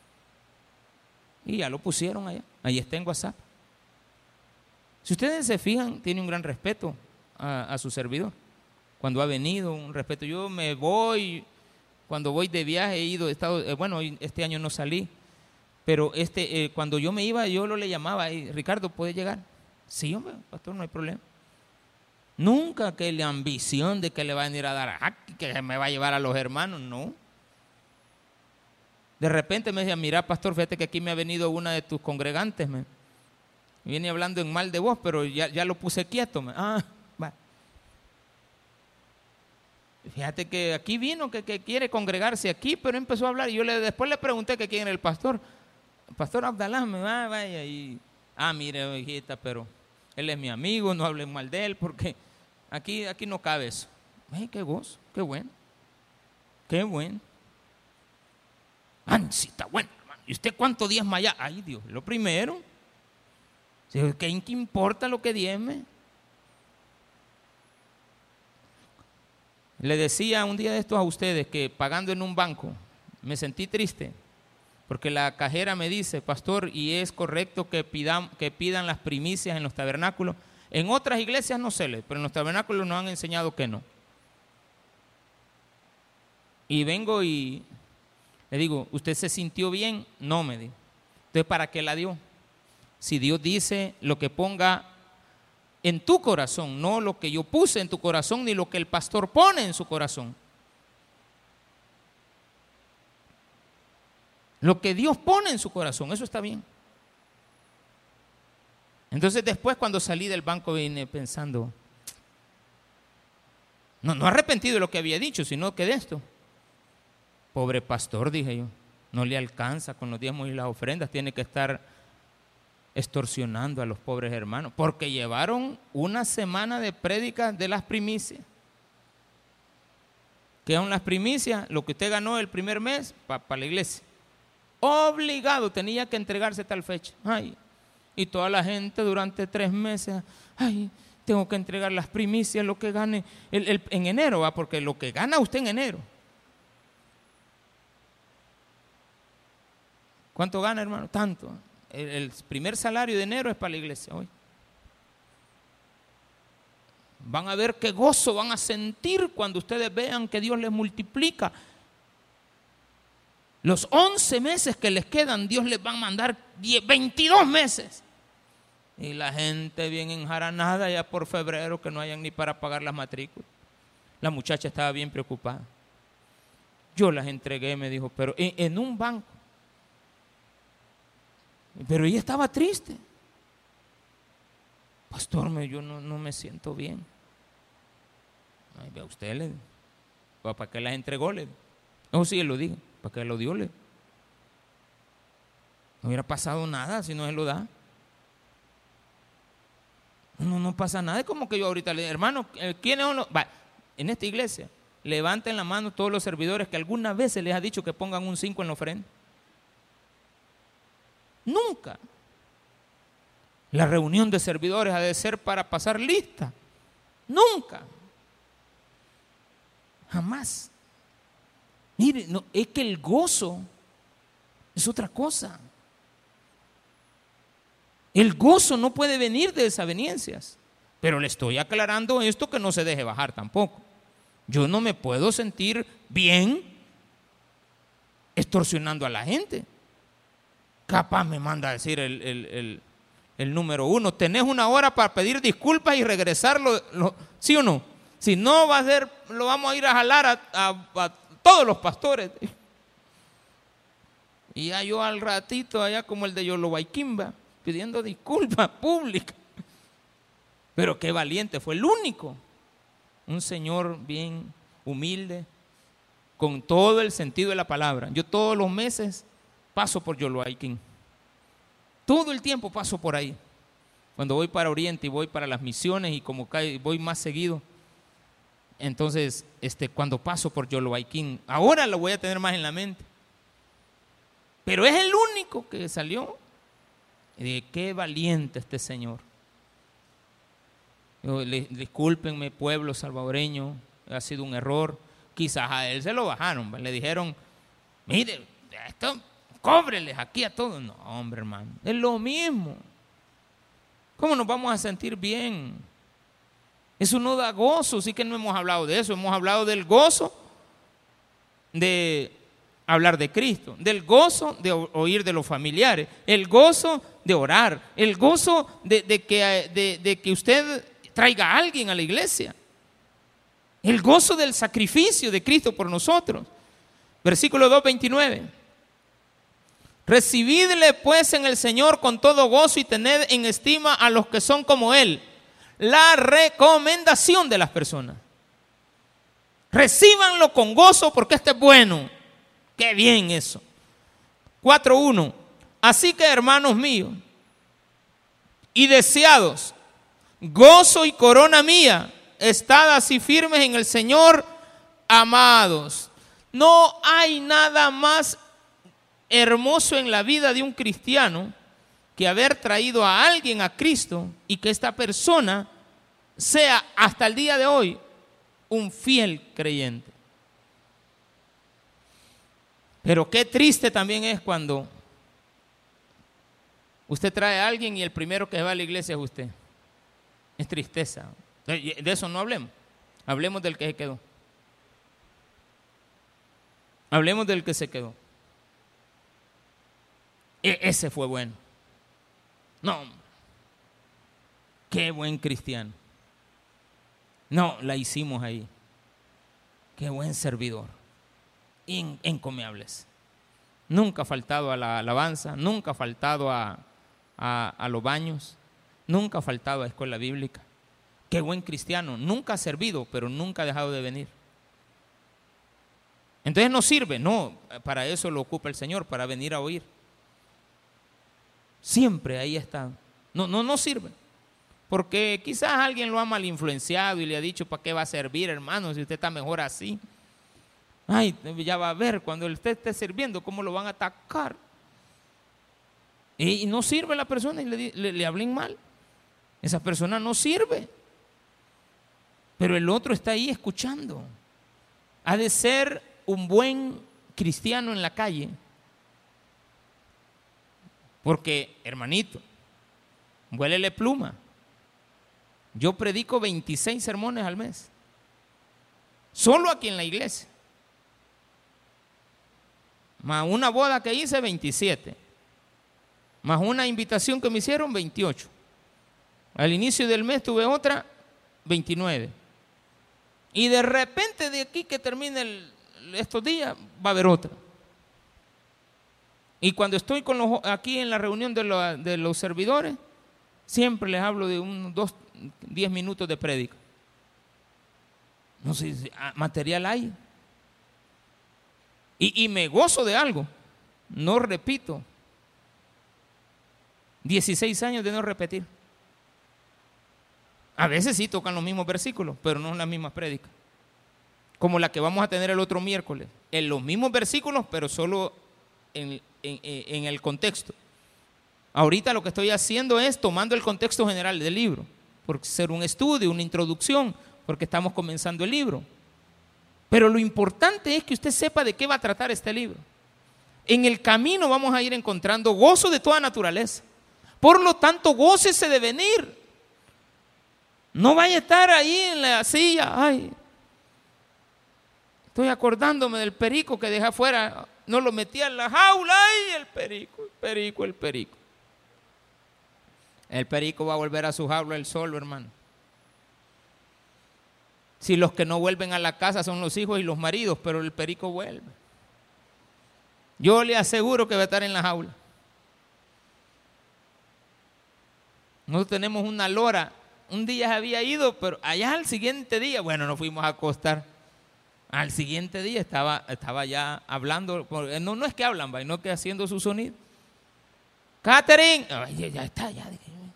Y ya lo pusieron allá, ahí está en WhatsApp. Si ustedes se fijan, tiene un gran respeto a, a su servidor. Cuando ha venido, un respeto. Yo me voy, cuando voy de viaje he ido, he estado, eh, bueno, este año no salí, pero este, eh, cuando yo me iba, yo lo le llamaba, hey, Ricardo, ¿puede llegar? Sí, hombre, pastor, no hay problema. Nunca que la ambición de que le va a venir a dar, ah, que me va a llevar a los hermanos, no. De repente me decía, mira, pastor, fíjate que aquí me ha venido una de tus congregantes, me. Viene hablando en mal de vos, pero ya, ya lo puse quieto. Ah, va. Fíjate que aquí vino, que, que quiere congregarse aquí, pero empezó a hablar. Y yo le, después le pregunté que quién era el pastor. El pastor Abdalá, me va, vaya. Y, ah, mire, hijita, pero él es mi amigo, no hablen mal de él, porque aquí, aquí no cabe eso. Ay, qué gozo, qué bueno. Qué bueno. Ansita, bueno, hermano. ¿Y usted cuánto diezma allá? Ay, Dios, lo primero. ¿Qué importa lo que diezme? Le decía un día de estos a ustedes que pagando en un banco me sentí triste porque la cajera me dice, pastor, y es correcto que pidan, que pidan las primicias en los tabernáculos. En otras iglesias no se lee, pero en los tabernáculos nos han enseñado que no. Y vengo y le digo, ¿usted se sintió bien? No, me dijo. Entonces, ¿para qué la dio? Si Dios dice lo que ponga en tu corazón, no lo que yo puse en tu corazón, ni lo que el pastor pone en su corazón. Lo que Dios pone en su corazón, eso está bien. Entonces después cuando salí del banco vine pensando, no, no arrepentido de lo que había dicho, sino que de esto. Pobre pastor, dije yo, no le alcanza con los diezmos y las ofrendas, tiene que estar extorsionando a los pobres hermanos, porque llevaron una semana de prédicas de las primicias. ¿Qué son las primicias? Lo que usted ganó el primer mes para pa la iglesia. Obligado, tenía que entregarse tal fecha. Ay, y toda la gente durante tres meses, ay, tengo que entregar las primicias, lo que gane el, el, en enero, ¿va? Porque lo que gana usted en enero. ¿Cuánto gana, hermano? Tanto. El, el primer salario de enero es para la iglesia hoy. Van a ver qué gozo van a sentir cuando ustedes vean que Dios les multiplica. Los once meses que les quedan, Dios les va a mandar veintidós meses. Y la gente bien enjaranada ya por febrero, que no hayan ni para pagar las matrículas. La muchacha estaba bien preocupada. Yo las entregué, me dijo, pero en, en un banco. Pero ella estaba triste. Pastor, me, yo no, no me siento bien. Ay, ve a usted, le ¿para qué las entregó? Le no, sí, él lo dijo. ¿Para qué lo dio? Le no hubiera pasado nada si no se lo da. No, no pasa nada. Es como que yo ahorita le digo, hermano, ¿quiénes son los? Va, en esta iglesia, levanten la mano todos los servidores que alguna vez se les ha dicho que pongan un cinco en la ofrenda. Nunca. La reunión de servidores ha de ser para pasar lista. Nunca. Jamás. Mire, no, es que el gozo es otra cosa. El gozo no puede venir de desavenencias. Pero le estoy aclarando esto que no se deje bajar tampoco. Yo no me puedo sentir bien extorsionando a la gente. Capaz me manda a decir el, el, el, el número uno, tenés una hora para pedir disculpas y regresarlo, lo, ¿sí o no? Si no va a ser, lo vamos a ir a jalar a, a, a todos los pastores. Y ya yo al ratito, allá como el de Yolobaikimba, pidiendo disculpas públicas. Pero qué valiente, fue el único. Un señor bien humilde, con todo el sentido de la palabra. Yo todos los meses paso por Yoloaikin. Todo el tiempo paso por ahí. Cuando voy para Oriente y voy para las misiones y como voy más seguido, entonces este, cuando paso por Yoloaikin, ahora lo voy a tener más en la mente. Pero es el único que salió. Y dije, qué valiente este señor. Yo, le, discúlpenme, pueblo salvadoreño, ha sido un error. Quizás a él se lo bajaron, le dijeron, mire, esto, cóbreles aquí a todos. No, hombre, hermano, es lo mismo. ¿Cómo nos vamos a sentir bien? Eso no da gozo, sí que no hemos hablado de eso, hemos hablado del gozo de hablar de Cristo, del gozo de oír de los familiares, el gozo de orar, el gozo de, de, que, de, de que usted traiga a alguien a la iglesia, el gozo del sacrificio de Cristo por nosotros. Versículo dos, veintinueve. Recibidle pues en el Señor con todo gozo y tened en estima a los que son como Él. La recomendación de las personas. Recíbanlo con gozo porque este es bueno. Qué bien eso. cuatro uno. Así que, hermanos míos y deseados, gozo y corona mía, estad así firmes en el Señor, amados. No hay nada más hermoso en la vida de un cristiano que haber traído a alguien a Cristo y que esta persona sea hasta el día de hoy un fiel creyente. Pero qué triste también es cuando usted trae a alguien y el primero que va a la iglesia es usted. Es tristeza. De eso no hablemos. Hablemos del que se quedó. Hablemos del que se quedó. E- ese fue bueno. No, qué buen cristiano. No, la hicimos ahí. Qué buen servidor. In- encomiables. Nunca ha faltado a la alabanza, nunca ha faltado a, a, a los baños, nunca ha faltado a escuela bíblica. Qué buen cristiano. Nunca ha servido, pero nunca ha dejado de venir. Entonces no sirve. No, para eso lo ocupa el Señor, para venir a oír. Siempre ahí está. No, no, no sirve. Porque quizás alguien lo ha mal influenciado y le ha dicho, ¿para qué va a servir, hermano, si usted está mejor así? Ay, ya va a ver cuando usted esté sirviendo cómo lo van a atacar. Y, y no sirve la persona y le, le, le hablen mal. Esa persona no sirve. Pero el otro está ahí escuchando. Ha de ser un buen cristiano en la calle. Porque, hermanito, huélele pluma. Yo predico veintiséis sermones al mes. Solo aquí en la iglesia. Más una boda que hice, veintisiete. Más una invitación que me hicieron, veintiocho. Al inicio del mes tuve otra, veintinueve. Y de repente de aquí que termine el, estos días, va a haber otra. Y cuando estoy con los, aquí en la reunión de, lo, de los servidores, siempre les hablo de unos dos, diez minutos de prédica. No sé, material hay. Y, y me gozo de algo. No repito. dieciséis años de no repetir. A veces sí tocan los mismos versículos, pero no en las mismas prédicas. Como la que vamos a tener el otro miércoles. En los mismos versículos, pero solo en, en, en el contexto. Ahorita lo que estoy haciendo es tomando el contexto general del libro, por ser un estudio, una introducción, porque estamos comenzando el libro. Pero lo importante es que usted sepa de qué va a tratar este libro. En el camino vamos a ir encontrando gozo de toda naturaleza. Por lo tanto, gócese de venir. No vaya a estar ahí en la silla. Ay, estoy acordándome del perico que dejé afuera. No lo metía en la jaula. Ay, el perico, el perico, el perico. El perico va a volver a su jaula él solo, hermano. Si los que no vuelven a la casa son los hijos y los maridos, pero el perico vuelve. Yo le aseguro que va a estar en la jaula. Nosotros tenemos una lora. Un día se había ido, pero allá al siguiente día, bueno, nos fuimos a acostar. Al siguiente día estaba, estaba ya hablando. No, no es que hablan, sino que haciendo su sonido. Catherine, ay, ya está, ya.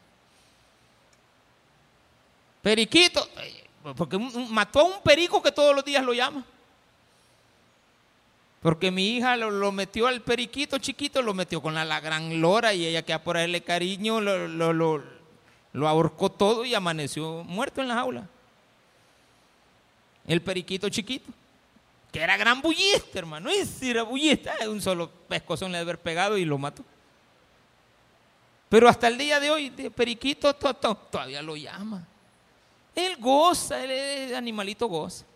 Periquito, porque mató a un perico que todos los días lo llama. Porque mi hija lo, lo metió al periquito chiquito, lo metió con la, la gran lora y ella que por darle cariño lo, lo, lo, lo ahorcó todo y amaneció muerto en la jaula. El periquito chiquito, que era gran bullista, hermano. Ese era bullista, un solo pescozón le debe haber pegado y lo mató. Pero hasta el día de hoy, de periquito to, to, todavía lo llama. Él goza, el animalito goza.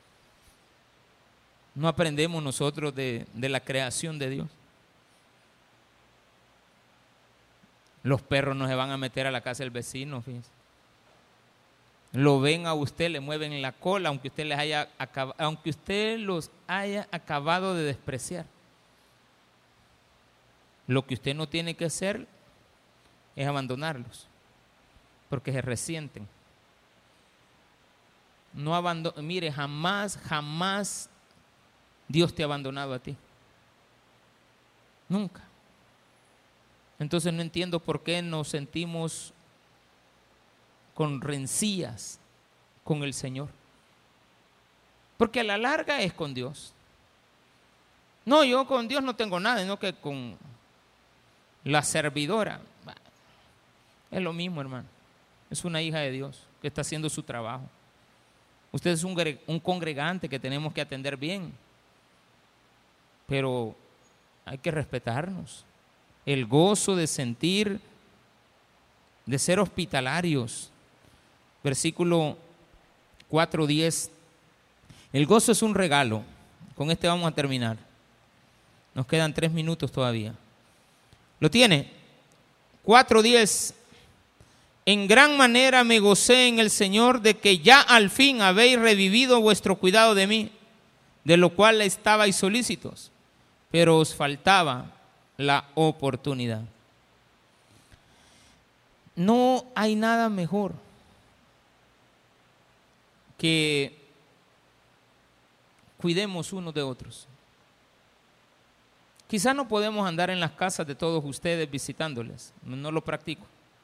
No aprendemos nosotros de, de la creación de Dios. Los perros no se van a meter a la casa del vecino, fíjense. Lo ven a usted, le mueven la cola, aunque usted les haya acab- aunque usted los haya acabado de despreciar. Lo que usted no tiene que hacer es abandonarlos, porque se resienten. No abando- mire, jamás, jamás Dios te ha abandonado a ti. Nunca. Entonces no entiendo por qué nos sentimos con rencillas con el Señor. Porque a la larga es con Dios. No, yo con Dios no tengo nada, sino que con la servidora. Es lo mismo, hermano. Es una hija de Dios que está haciendo su trabajo. Usted es un, un congregante que tenemos que atender bien. Pero hay que respetarnos. El gozo de sentir, de ser hospitalarios. Versículo cuatro diez. El gozo es un regalo. Con este vamos a terminar. Nos quedan tres minutos todavía. ¿Lo tiene? cuatro diez. En gran manera me gocé en el Señor de que ya al fin habéis revivido vuestro cuidado de mí, de lo cual estabais solícitos, pero os faltaba la oportunidad. No hay nada mejor que cuidemos unos de otros. Quizás no podemos andar en las casas de todos ustedes visitándoles, no lo practico.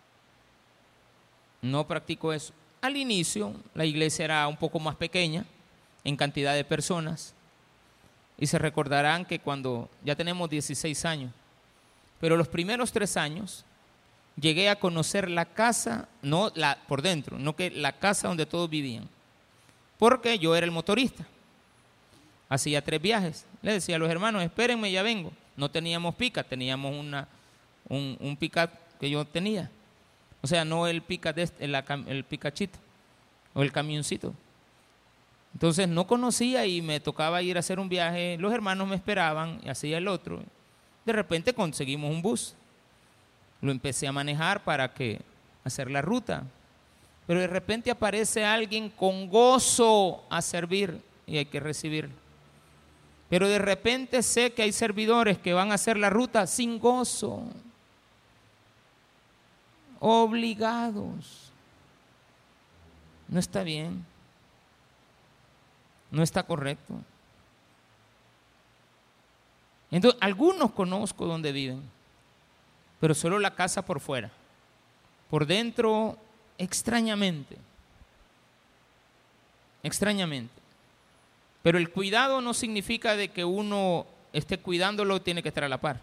No practico eso. Al inicio la iglesia era un poco más pequeña en cantidad de personas y se recordarán que cuando ya tenemos dieciséis años, pero los primeros tres años llegué a conocer la casa, no la por dentro, no que la casa donde todos vivían, porque yo era el motorista. Hacía tres viajes. Le decía a los hermanos, espérenme, ya vengo. No teníamos pick-up, teníamos una, un, un pick-up que yo tenía. O sea, no el pick-up, este, el, el picachito o el camioncito. Entonces no conocía y me tocaba ir a hacer un viaje. Los hermanos me esperaban y hacía el otro. De repente conseguimos un bus. Lo empecé a manejar para que hacer la ruta. Pero de repente aparece alguien con gozo a servir y hay que recibirlo. Pero de repente sé que hay servidores que van a hacer la ruta sin gozo, obligados. No está bien, no está correcto. Entonces, algunos conozco donde viven, pero solo la casa por fuera. Por dentro, extrañamente, extrañamente. Pero el cuidado no significa de que uno esté cuidándolo, tiene que estar a la par.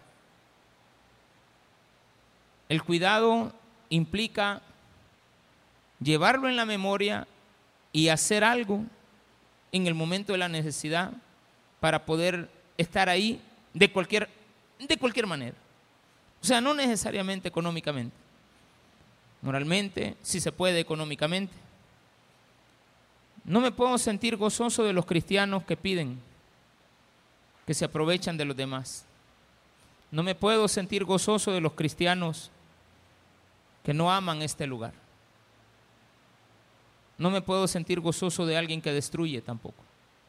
El cuidado implica llevarlo en la memoria y hacer algo en el momento de la necesidad para poder estar ahí de cualquier, de cualquier manera. O sea, no necesariamente económicamente. Moralmente, si se puede económicamente. No me puedo sentir gozoso de los cristianos que piden, que se aprovechan de los demás. No me puedo sentir gozoso de los cristianos que no aman este lugar. No me puedo sentir gozoso de alguien que destruye tampoco.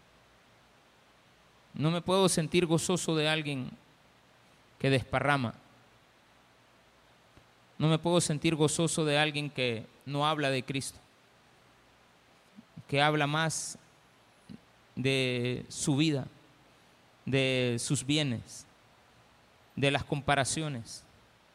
No me puedo sentir gozoso de alguien que desparrama. No me puedo sentir gozoso de alguien que no habla de Cristo, que habla más de su vida, de sus bienes, de las comparaciones.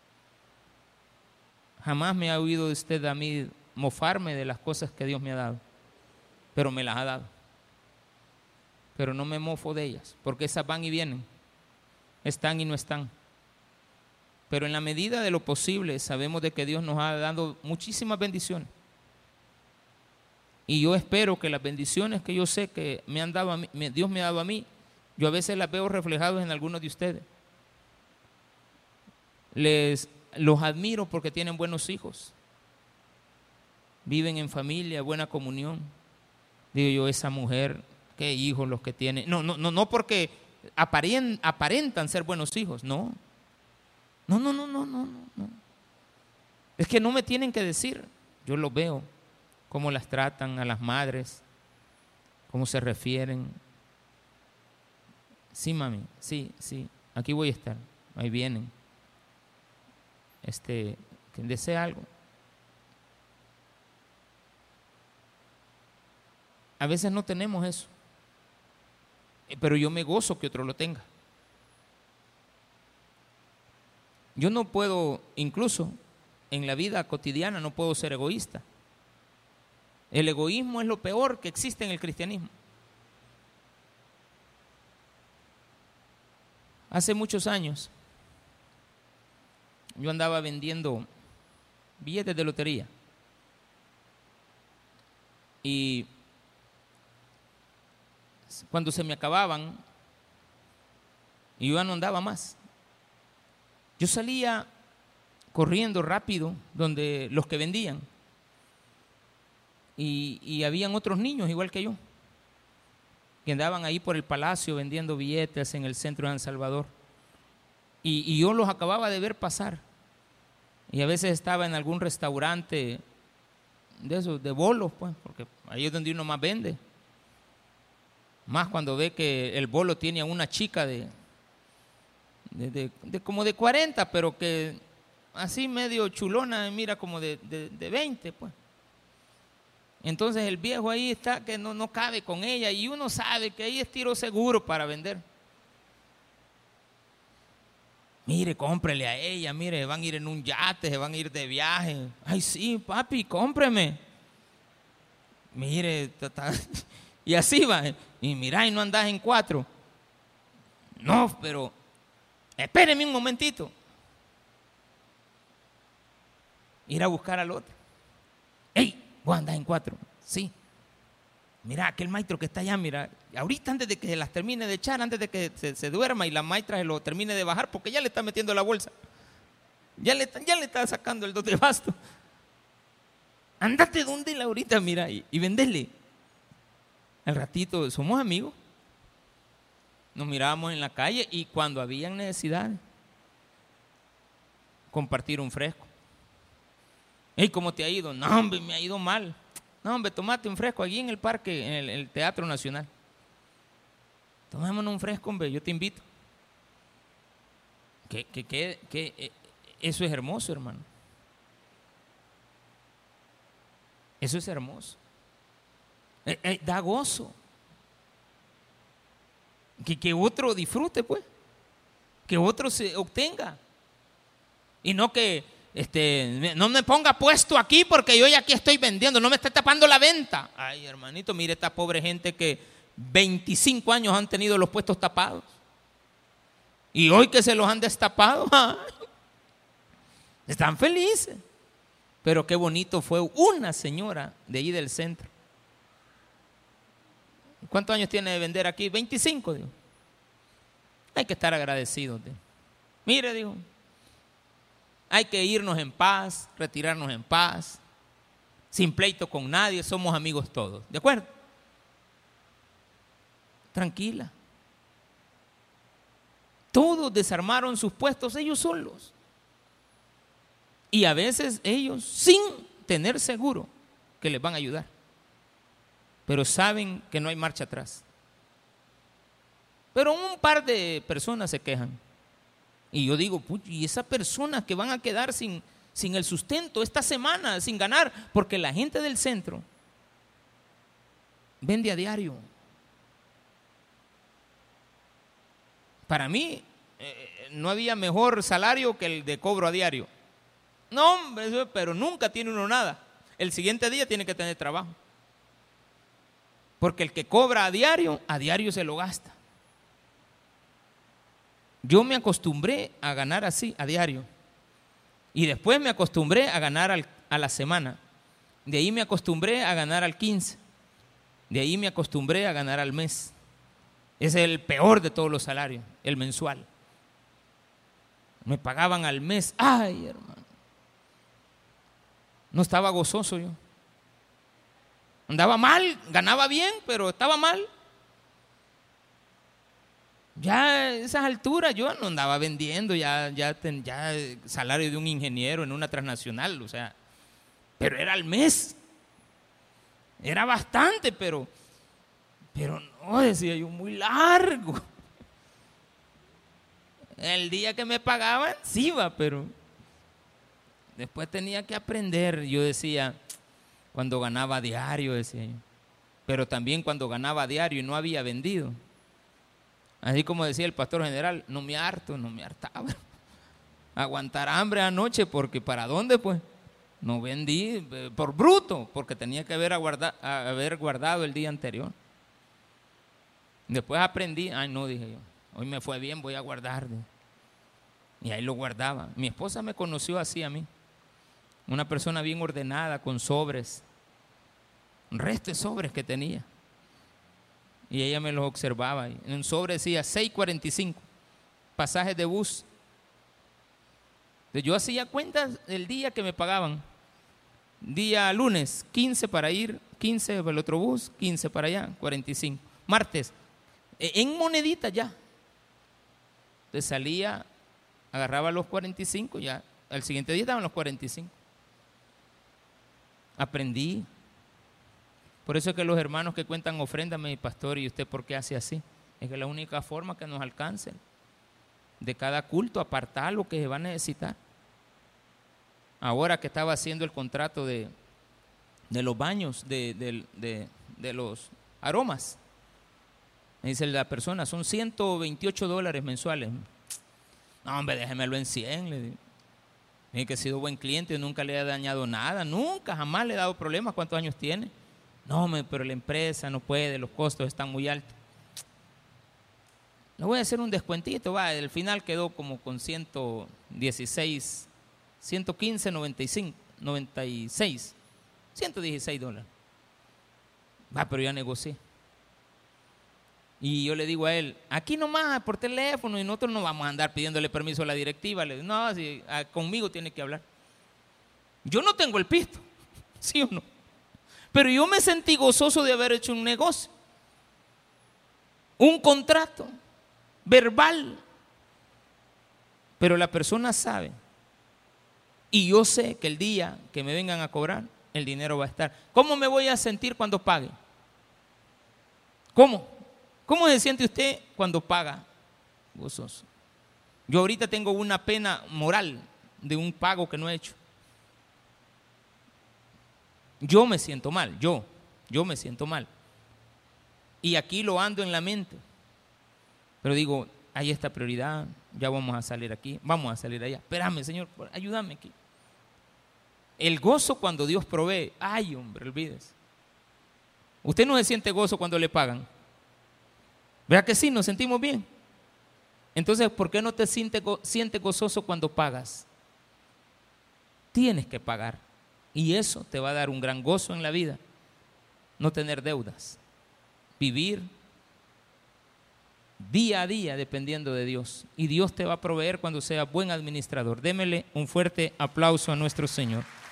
Jamás me ha oído usted a mí mofarme de las cosas que Dios me ha dado, pero me las ha dado. Pero no me mofo de ellas, porque esas van y vienen, están y no están. Pero en la medida de lo posible sabemos de que Dios nos ha dado muchísimas bendiciones. Y yo espero que las bendiciones que yo sé que me han dado a mí, Dios me ha dado a mí, yo a veces las veo reflejadas en algunos de ustedes. Les los admiro porque tienen buenos hijos, viven en familia, buena comunión. Digo yo, esa mujer, qué hijos los que tiene. No, no, no, no porque aparien, aparentan ser buenos hijos, no. No, no, no, no, no, no. Es que no me tienen que decir, yo los veo. Cómo las tratan a las madres, cómo se refieren. Sí, mami, sí, sí, aquí voy a estar, ahí vienen. este, quien desea algo. A veces no tenemos eso, pero yo me gozo que otro lo tenga. Yo no puedo, incluso en la vida cotidiana, no puedo ser egoísta. El egoísmo es lo peor que existe en el cristianismo. Hace muchos años, yo andaba vendiendo billetes de lotería. Y cuando se me acababan, y yo ya no andaba más, yo salía corriendo rápido donde los que vendían. Y, y habían otros niños igual que yo, que andaban ahí por el palacio vendiendo billetes en el centro de San Salvador. Y, y yo los acababa de ver pasar. Y a veces estaba en algún restaurante de esos, de bolos, pues, porque ahí es donde uno más vende. Más cuando ve que el bolo tiene a una chica de, de, de, de como de cuarenta, pero que así medio chulona, mira, como de, de, de veinte, pues. Entonces el viejo ahí está que no, no cabe con ella y uno sabe que ahí es tiro seguro para vender. Mire, cómprele a ella, mire, van a ir en un yate, se van a ir de viaje. Ay, sí, papi, cómpreme. Mire, tata. Y así va. Y mira, y no andás en cuatro. No, pero espéreme un momentito. Ir a buscar al otro. ¡Ey! Vos andás en cuatro. Sí. Mira, aquel maestro que está allá, mira, ahorita antes de que se las termine de echar, antes de que se, se duerma y la maestra se lo termine de bajar, porque ya le está metiendo la bolsa. Ya le, ya le está sacando el dos de basto. Andate donde la ahorita, mira, y, y vendele. Al ratito, somos amigos. Nos mirábamos en la calle y cuando había necesidad, compartir un fresco. ¿Y cómo te ha ido? No, hombre, me ha ido mal. No, hombre, tomate un fresco allí en el parque, en el, el Teatro Nacional. Tomémonos un fresco, hombre, yo te invito. Que, que, que, que eso es hermoso, hermano. Eso es hermoso. Eh, eh, da gozo. Que, que otro disfrute, pues. Que otro se obtenga. Y no que este, no me ponga puesto aquí porque yo ya aquí estoy vendiendo, no me esté tapando la venta. Ay, hermanito, mire esta pobre gente que veinticinco años han tenido los puestos tapados. Y hoy que se los han destapado, ay, están felices. Pero qué bonito fue una señora de allí del centro. ¿Cuántos años tiene de vender aquí? veinticinco, digo. Hay que estar agradecidos. Digo. Mire, digo, hay que irnos en paz, retirarnos en paz, sin pleito con nadie, somos amigos todos. ¿De acuerdo? Tranquila. Todos desarmaron sus puestos ellos solos. Y a veces ellos, sin tener seguro que les van a ayudar, pero saben que no hay marcha atrás. Pero un par de personas se quejan. Y yo digo, y esas personas que van a quedar sin, sin el sustento esta semana, sin ganar, porque la gente del centro vende a diario. Para mí, eh, no había mejor salario que el de cobro a diario. No, hombre, pero nunca tiene uno nada. El siguiente día tiene que tener trabajo. Porque el que cobra a diario, a diario se lo gasta. Yo me acostumbré a ganar así, a diario. Y después me acostumbré a ganar al, a la semana. De ahí me acostumbré a ganar al quince. De ahí me acostumbré a ganar al mes. Ese es el peor de todos los salarios, el mensual. Me pagaban al mes. Ay, hermano. No estaba gozoso yo. Andaba mal, ganaba bien, pero estaba mal. Ya a esas alturas yo no andaba vendiendo, ya, ya, ten, ya salario de un ingeniero en una transnacional, o sea, pero era al mes. Era bastante, pero, pero no, decía yo, muy largo. El día que me pagaban, sí va, pero, Después tenía que aprender. Yo decía, cuando ganaba diario, decía yo. Pero también cuando ganaba diario y no había vendido. Así como decía el pastor general, no me harto, no me hartaba. Aguantar hambre anoche, porque ¿para dónde pues? No vendí por bruto, porque tenía que haber, aguarda, haber guardado el día anterior. Después aprendí, ay no, dije yo, hoy me fue bien, voy a guardar. Y ahí lo guardaba. Mi esposa me conoció así a mí. Una persona bien ordenada, con sobres, un resto de sobres que tenía. Y ella me los observaba. En un sobre decía seis cuarenta y cinco, pasajes de bus. Yo hacía cuentas del día que me pagaban. Día lunes, quince para ir, quince para el otro bus, quince para allá, cuarenta y cinco. Martes, en moneditas ya. Entonces salía, agarraba los cuarenta y cinco, ya al siguiente día estaban los cuarenta y cinco. Aprendí. Por eso es que los hermanos que cuentan ofrendas, mi pastor, ¿y usted por qué hace así? Es que es la única forma que nos alcancen. De cada culto apartar lo que se va a necesitar. Ahora que estaba haciendo el contrato de, de los baños, de, de, de, de los aromas, me dice la persona, son ciento veintiocho dólares mensuales. No, hombre, déjemelo en cien, le digo. Dije que he sido buen cliente, nunca le he dañado nada, nunca, jamás le he dado problemas. ¿Cuántos años tiene? No, hombre, pero la empresa no puede, los costos están muy altos. Le voy a hacer un descuentito, va, al final quedó como con ciento dieciséis, ciento quince, noventa y cinco, noventa y seis, ciento dieciséis dólares. Va, pero ya negocié. Y yo le digo a él, aquí nomás por teléfono, y nosotros no vamos a andar pidiéndole permiso a la directiva. Le digo, no, si, a, conmigo tiene que hablar. Yo no tengo el pisto, ¿sí o no? Pero yo me sentí gozoso de haber hecho un negocio, un contrato verbal. Pero la persona sabe, y yo sé que el día que me vengan a cobrar, el dinero va a estar. ¿Cómo me voy a sentir cuando pague? ¿Cómo? ¿Cómo se siente usted cuando paga? Gozoso. Yo ahorita tengo una pena moral de un pago que no he hecho. Yo me siento mal, yo, yo me siento mal. Y aquí lo ando en la mente. Pero digo, hay esta prioridad, ya vamos a salir aquí, vamos a salir allá. Espérame, Señor, ayúdame aquí. El gozo cuando Dios provee, ay hombre, olvídese. Usted no se siente gozo cuando le pagan. ¿Verdad que sí? Nos sentimos bien. Entonces, ¿por qué no te sientes siente gozoso cuando pagas? Tienes que pagar. Y eso te va a dar un gran gozo en la vida. No tener deudas. Vivir día a día dependiendo de Dios. Y Dios te va a proveer cuando seas buen administrador. Démele un fuerte aplauso a nuestro Señor.